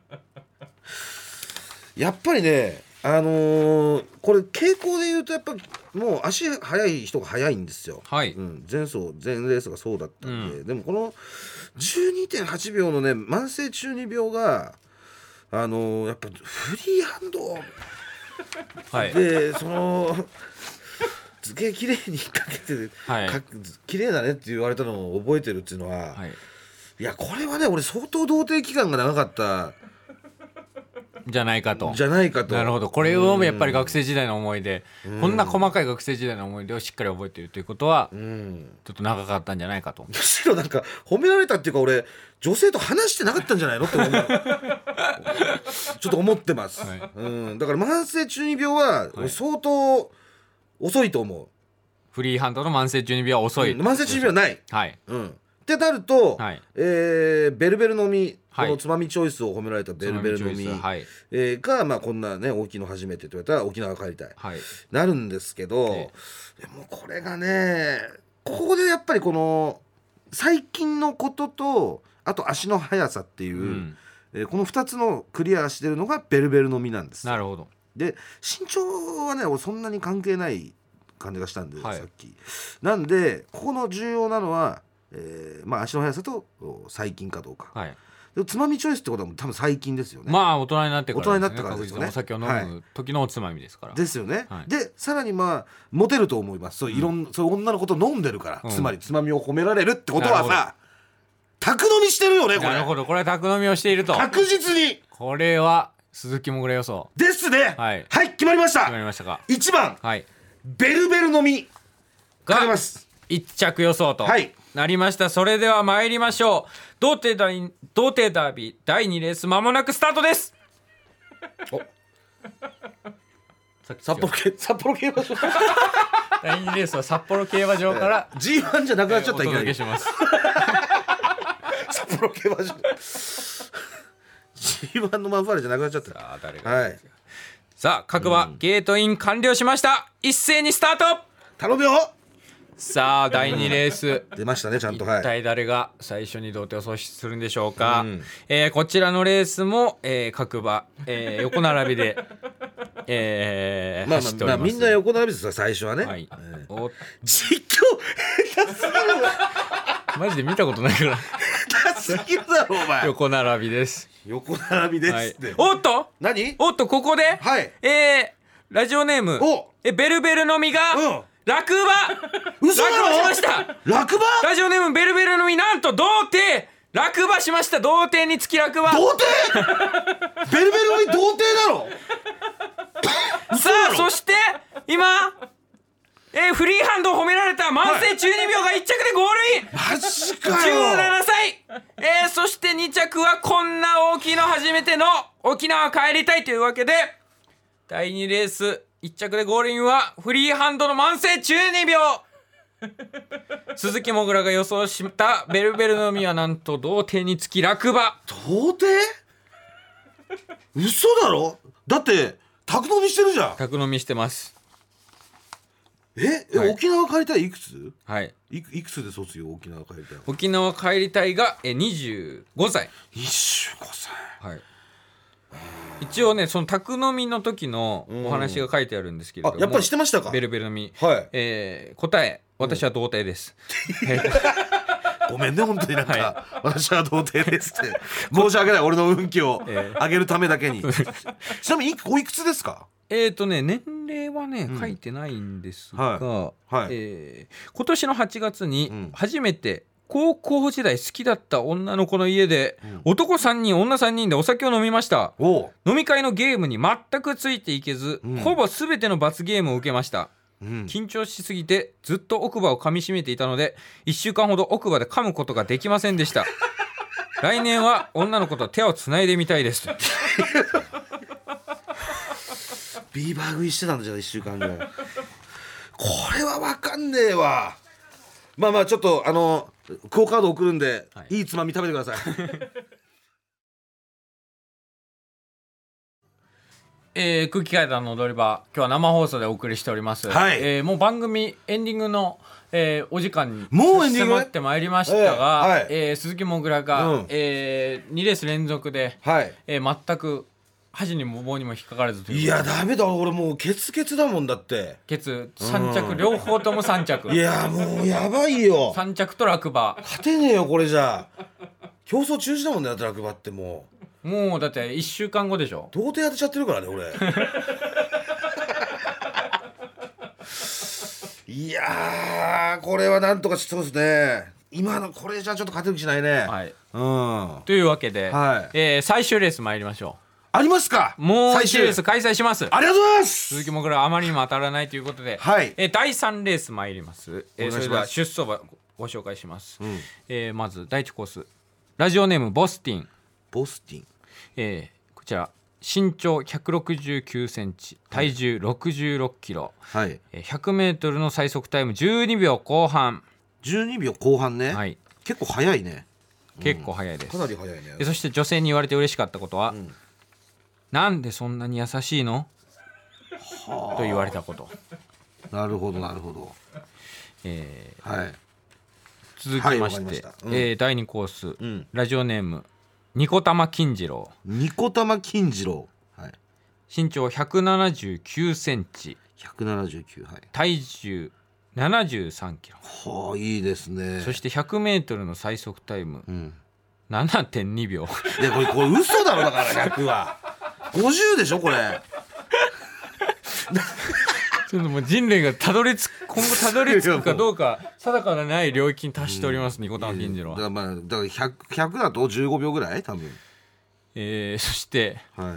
やっぱりねこれ傾向で言うとやっぱもう足速い人が速いんですよ。前レースがそうだったんで、でもこの 12.8 秒のね慢性中二病がやっぱフリーハンドでその図形きれいにかけて、きれいだねって言われたのを覚えてるっていうのは、いやこれはね俺相当同定期間が長かったじゃないかと。なるほど。これをやっぱり学生時代の思い出、こんな細かい学生時代の思い出をしっかり覚えているということは、ちょっと長かったんじゃないかと。 むしろなんか褒められたっていうか、俺女性と話してなかったんじゃないのって思うちょっと思ってます、だから慢性中二病は相当遅いと思う。 フリーハンドの慢性中二病は遅い、 慢性中二病はない、ってなると、ベルベルの実、このつまみチョイスを褒められたベルベルの実、が、まあ、こんなね大きいの初めてと言われたら沖縄帰りたい、なるんですけど、でもこれがね、ここでやっぱりこの最近のことと、あと足の速さっていう、この2つのクリアしてるのがベルベルの実なんですよ。 なるほど。 で身長はねそんなに関係ない感じがしたんで、さっきなんでここの重要なのは、まあ、足の速さと細菌かどうか、でつまみチョイスってことは多分細菌ですよね。 まあ大人になってからですね。 大人になってからですよね。 お酒を飲む時のおつまみですから、 ですよね、でさらにまあモテると思います。そういう女の子と飲んでるから、つまりつまみを褒められるってことはさ、宅飲みしてるよねこれ。 なるほど、これは宅飲みをしていると。 確実にこれは鈴木もぐら予想ですね。決まりました。 決まりましたか。 1番、ベルベルの実が 1着予想となりました。それでは参りましょう。童貞ダービー第2レース間もなくスタートです。 札幌競馬場第2レースは札幌競馬場から G1 じゃなくなっちゃった。 お届けします。 札幌競馬場G1 のマンファーレじゃなくなっちゃった。 さあ誰が、さあ各馬、ゲートイン完了しました。一斉にスタート。 頼むよ。 さあ第2レース出ましたね、ちゃんと。 一体誰が最初に童貞を創出するんでしょうか。こちらのレースも、各馬、横並びで、走っております。 みんな横並びですよ最初はね。実況下手すぎるマジで見たことないから下手すぎるだろお前。 横並びです。 横並びですって、 おっと何、 おっとここで、ラジオネームベルベルの実が、落馬嘘だろ。 落馬しました。 落馬。 ラジオネームベルベルの実、なんと童貞落馬しました。童貞につき落馬。 童貞ベルベルの実童貞だろさあそして今、フリーハンドを褒められた慢性中二病が1着でゴールイン。 マジかよ。 17歳、そして2着はこんな大きいの初めての沖縄帰りたいというわけで、第2レース1着でゴールインはフリーハンドの慢性中二病鈴木もぐらが予想したベルベルの実はなんと童貞につき落馬。 童貞嘘だろ。だって宅飲みしてるじゃん。 宅飲みしてます。 沖縄帰りたいいくつ？いくつで卒業？沖縄帰りたい。 沖縄帰りたいが25歳。 25歳。 一応ねその宅飲みの時のお話が書いてあるんですけれども、 やっぱりしてましたか。 ベルベルの実、答え私は童貞です。 ごめんね本当になんか、私は童貞ですって申し訳ない。俺の運気を上げるためだけに。ちなみにおいくつですか？ 年齢はね書いてないんですが、今年の8月に初めて高校時代好きだった女の子の家で、男3人女3人でお酒を飲みました。飲み会のゲームに全くついていけず、ほぼ全ての罰ゲームを受けました。緊張しすぎてずっと奥歯を噛みしめていたので1週間ほど奥歯で噛むことができませんでした。来年は女の子と手をつないでみたいです。 ビーバー食いしてたんだじゃあ1週間ぐらい。これは分かんねえわ。まあちょっとクオカード送るんで、いいつまみ食べてください。 空気階段の踊り場、今日は生放送でお送りしております。もう番組エンディングの、お時間に迫ってまいりましたが、鈴木もぐらが、2レース連続で、全く箸にも棒にも引っかからずという。 いやダメだ、俺もうケツケツだもんだって。 ケツ3着、両方とも3着。 いやもうやばいよ。 3着と落馬。 勝てねえよこれじゃ。競争中止だもんね、落馬ってもうだって1週間後でしょ。 童貞当てちゃってるからね俺。いやこれはなんとかそうですね。今のこれじゃちょっと勝てる気しないね。 というわけで、最終レース参りましょう。 ありますか？ もう最終 1レース開催します。 ありがとうございます鈴木もぐらあまりにも当たらないということで、 はい、 第3レース参ります。 お願いします。 それでは出走馬ご紹介します。まず第1コース、ラジオネームボスティン。 ボスティン、 こちら身長169センチ、体重66キロ、 はい、 100メートルの最速タイム12秒後半。 12秒後半ね、 はい、 結構早いね。 結構早いです。 かなり早いね。 そして女性に言われて嬉しかったことは、なんでそんなに優しいのと言われたこと。 なるほどなるほど。はい、 続きまして、第2コース、ラジオネームニコタマ金次郎。 ニコタマ金次郎、はい、 身長179センチ、 179、はい、 体重73キロ。 はあ、いいですね。 そして100メートルの最速タイム、7.2 秒。 でこれ嘘だろ、だから100は50でしょこれ。 ちょっともう人類が今後たどり着くかどうか定かでない領域に達しております、ニコタマ金次郎は。 だから100だと15秒ぐらい多分。 そして、 はい、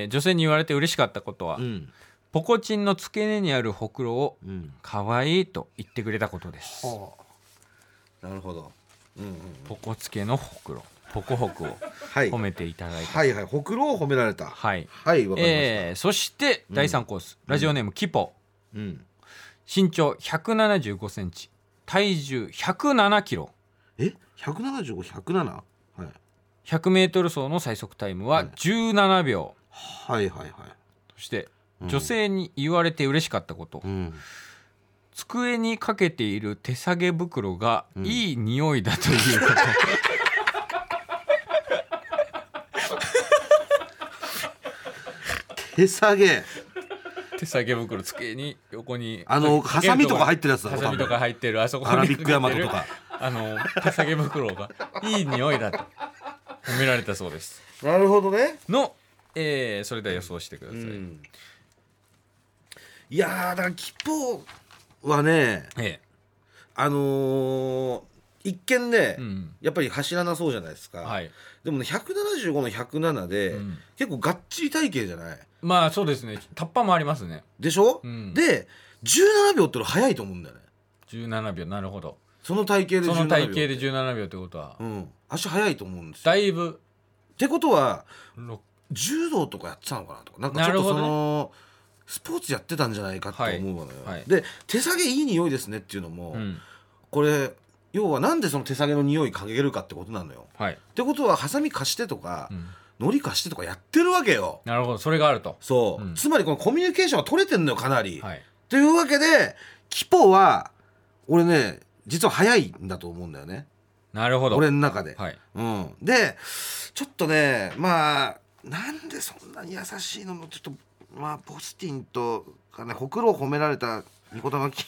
女性に言われて嬉しかったことは、ポコチンの付け根にあるほくろを可愛いと言ってくれたことです。 なるほど。 ポコつけのほくろ、ポコホクを褒めていただいた。 はいはい、ほくろを褒められた。 はいはい、わかりました。 そして第3コース、ラジオネームキポ。身長175センチ、体重107キロ。 175、107、はい、 100メートル走の最速タイムは17秒。 はいはいはい。 そして女性に言われて嬉しかったこと、机にかけている手提げ袋がいい匂いだということ。 手提げ袋、机に横にハサミとか入ってるやつだろ。 ハサミとか入ってる、あそこにアラビックヤマトとか手提げ袋がいい匂いだと褒められたそうです。 なるほどね。 の、それでは予想してください。 いやー、だからキポはね、一見ね、やっぱり走らなそうじゃないですか、はい、でもね175の107で、結構がっちり体型じゃない。 まあそうですね、タッパもありますね。 でしょ、で17秒っての早いと思うんだよね。17 秒、なるほど。 その体型で 17秒ってことは、 足早いと思うんですよ。 だいぶってことは柔道とかやってたのかなとか、なんかちょっとそのスポーツやってたんじゃないかと思うのよ、で手提げいい匂いですねっていうのも、これ要はなんでその手提げの匂い嗅げるかってことなのよ、ってことはハサミ貸してとか、糊貸してとかやってるわけよ。 なるほど、それがあると。 そう、つまりこのコミュニケーションは取れてんのよ、かなり、というわけでキポは俺ね実は早いんだと思うんだよね。 なるほど、 俺の中で、でちょっとね、まあなんでそんなに優しいのもちょっと、まあボスティンとかね、ほくろを褒められたニコタマ金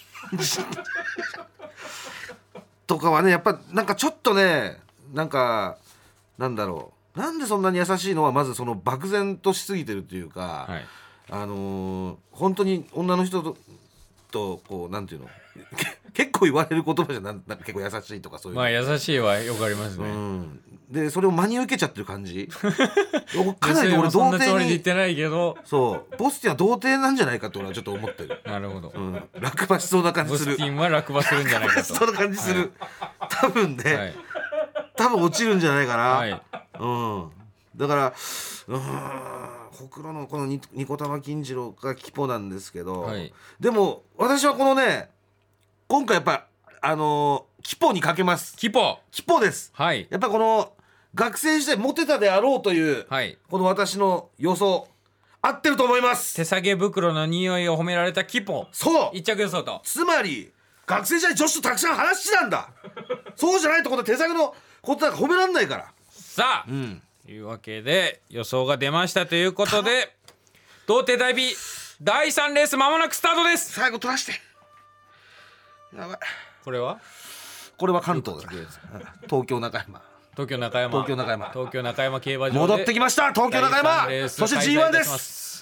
とかはね、やっぱなんかちょっとね、なんかなんだろう、なんでそんなに優しいのはまずその漠然としすぎてるっていうか、本当に女の人とこうなんていうの結構言われる言葉じゃなんか結構優しいとかそういう。 まあ優しいはよくありますね。 でそれを真に受けちゃってる感じ。 かなり俺童貞に言ってないけど、 そうボスティンは童貞なんじゃないかって俺はちょっと思ってる。 なるほど、 落馬しそうな感じする。 ボスティンは落馬するんじゃないかと。 そんな感じする、多分ね、多分落ちるんじゃないかな、だからほくろのこのニコタマ金次郎がキポなんですけど、でも私はこのね今回やっぱキポにかけます。キポです、やっぱこの学生時代モテたであろうという、この私の予想合ってると思います。 手提げ袋の匂いを褒められたキポ、 そう一着予想と。 つまり学生時代女子とたくさん話してたんだ。そうじゃないところで手提げのことなんか褒めらんないから。 さあ、というわけで予想が出ましたということで、童貞大美第3レースまもなくスタートです。 最後取らして。やばい。これは関東だ。東京中山競馬場で戻ってきました。東京中山、そして G1 です。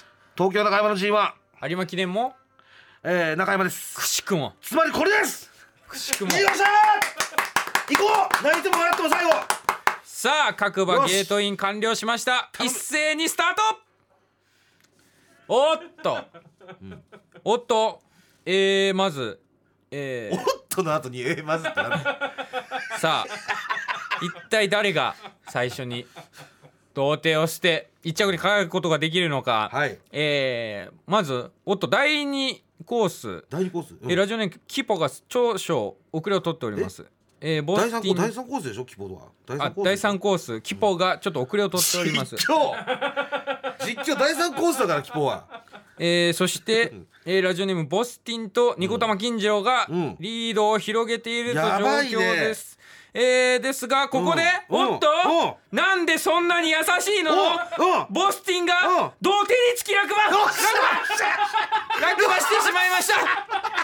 東京中山の G1 有馬記念も中山です。 くしくも、 つまりこれです。 くしくも、 よっしゃー、行こう、泣いても笑っても最後さあ各馬ゲートイン完了しました。一斉にスタート。おっと、おっと、まず、 おっとの後にまずってなんだ。 さあ一体誰が最初に童貞をして1着に輝くことができるのか。 はい。 まずおっと第2コース、 第2コース、 ラジオネームキポが少々遅れを取っております。ボスティン第3コースでしょキポは。 第3コースキポがちょっと遅れを取っております。 実況第3コースだからキポは。 そして、ラジオネームボスティンとニコタマ金次郎がリードを広げていると状況です。ですがここで、おっと、なんでそんなに優しいの。ボスティンが同点につき落馬してしまいました。おっ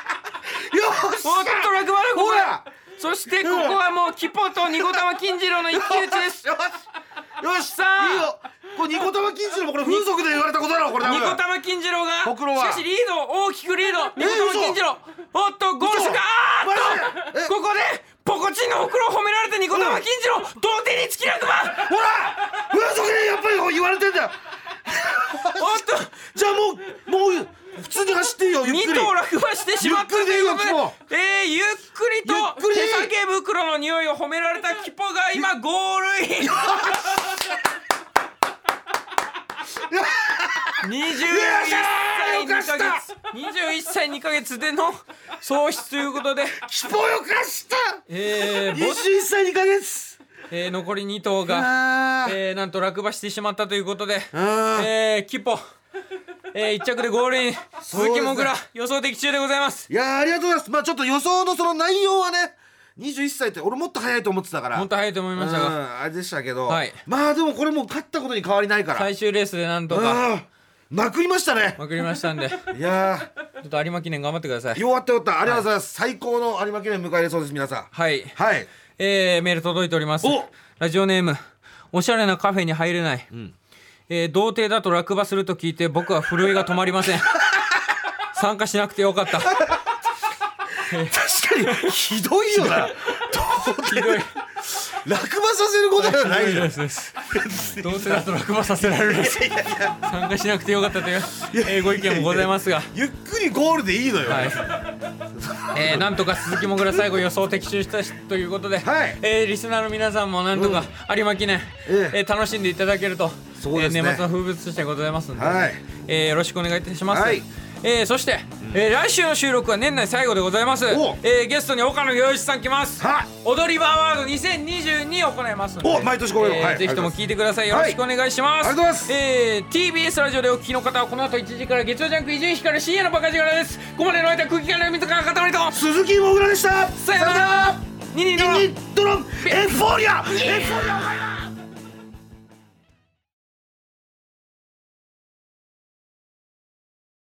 と落馬。そしてここはもうキポとニコタマ金次郎の一騎打ちです。 よしさあいいよ。これニコタマ金次郎もこれ風俗で言われたことだろこれ。 ニコタマ金次郎がしかしリード大きくリード。ニコタマ金次郎おっとゴールしたか。ここでポコチンのほくろを褒められてニコタマ金次郎同点につき落馬。 ほら風俗でやっぱり言われてんだよ。 おっとじゃあもう普通に走っていいよ。ゆっくり 2頭落馬してしまったということで、ゆっくりと手提げ袋の匂いを褒められたキポが今ゴールイン。21歳2ヶ月での喪失ということでキポよかした。 21 歳2ヶ月、 残り2頭がなんと落馬してしまったということで、キポ1着でゴールイン。鈴木もぐら予想的中でございます。 いやありがとうございます。まあちょっと予想のその内容はね21歳って俺もっと早いと思ってたから。 もっと早いと思いましたが、 あれでしたけど、まあでもこれもう勝ったことに変わりないから。 最終レースでなんとかまくりましたね。 まくりましたんで、 いやちょっと有馬記念頑張ってください。 よかったよかった、ありがとうございます。最高の有馬記念迎えれそうです。皆さんはいはい、 メール届いております。ラジオネームおしゃれなカフェに入れない、童貞だと落馬すると聞いて僕は震えが止まりません。参加しなくてよかった。確かにひどいよな。 ひどい。 落馬させることではないよ。 どうせだと落馬させられる。参加しなくてよかったという、ご意見もございますが、 ゆっくりゴールでいいのよ。 なんとか鈴木もぐら最後予想的中したということで、リスナーの皆さんもなんとか有馬記念、楽しんでいただけると、年末の風物詩でございますので、よろしくお願いいたします。そして、来週の収録は年内最後でございます。ゲストに岡野陽一さん来ます。踊り場アワード2022を行いますので、 毎年これぜひとも聞いてください。よろしくお願いします。TBS ラジオでお聞きの方はこの後1時から月曜ジャンク伊集院光深夜のバカ力です。ここまでの間空気感の水川かたまりと鈴木もぐらでした。 さよなら。ニニドロンエフフォーリア。